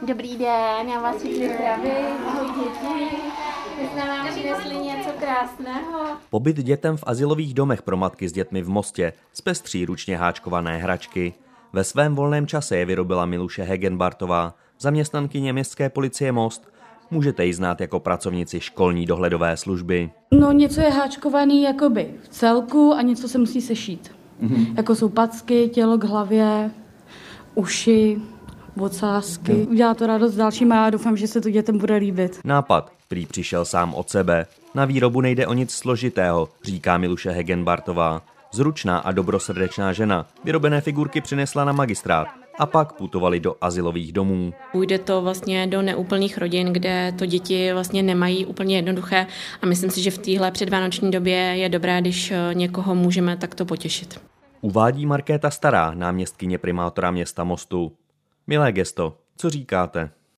Dobrý den, já vás všechny zdravím, ahoj děti. My jsme vám přinesli něco krásného. Pobyt dětem v azylových domech pro matky s dětmi v Mostě zpestří ručně háčkované hračky. Ve svém volném čase je vyrobila Miluše Hegenbartová, zaměstnankyně městské policie Most. Můžete ji znát jako pracovnici školní dohledové služby. No něco je háčkovaný jakoby v celku a něco se musí sešít. Jako jsou packy, tělo k hlavě, uši, ocásky. Udělá to radost dalším a já doufám, že se to dětem bude líbit. Nápad prý přišel sám od sebe. Na výrobu nejde o nic složitého, říká Miluše Hegenbartová. Zručná a dobrosrdečná žena vyrobené figurky přinesla na magistrát a pak putovali do azylových domů. Půjde to vlastně do neúplných rodin, kde to děti vlastně nemají úplně jednoduché a myslím si, že v téhle předvánoční době je dobré, když někoho můžeme takto potěšit. Uvádí Markéta Stará, náměstkyně primátora města Mostu. Milé gesto, co říkáte?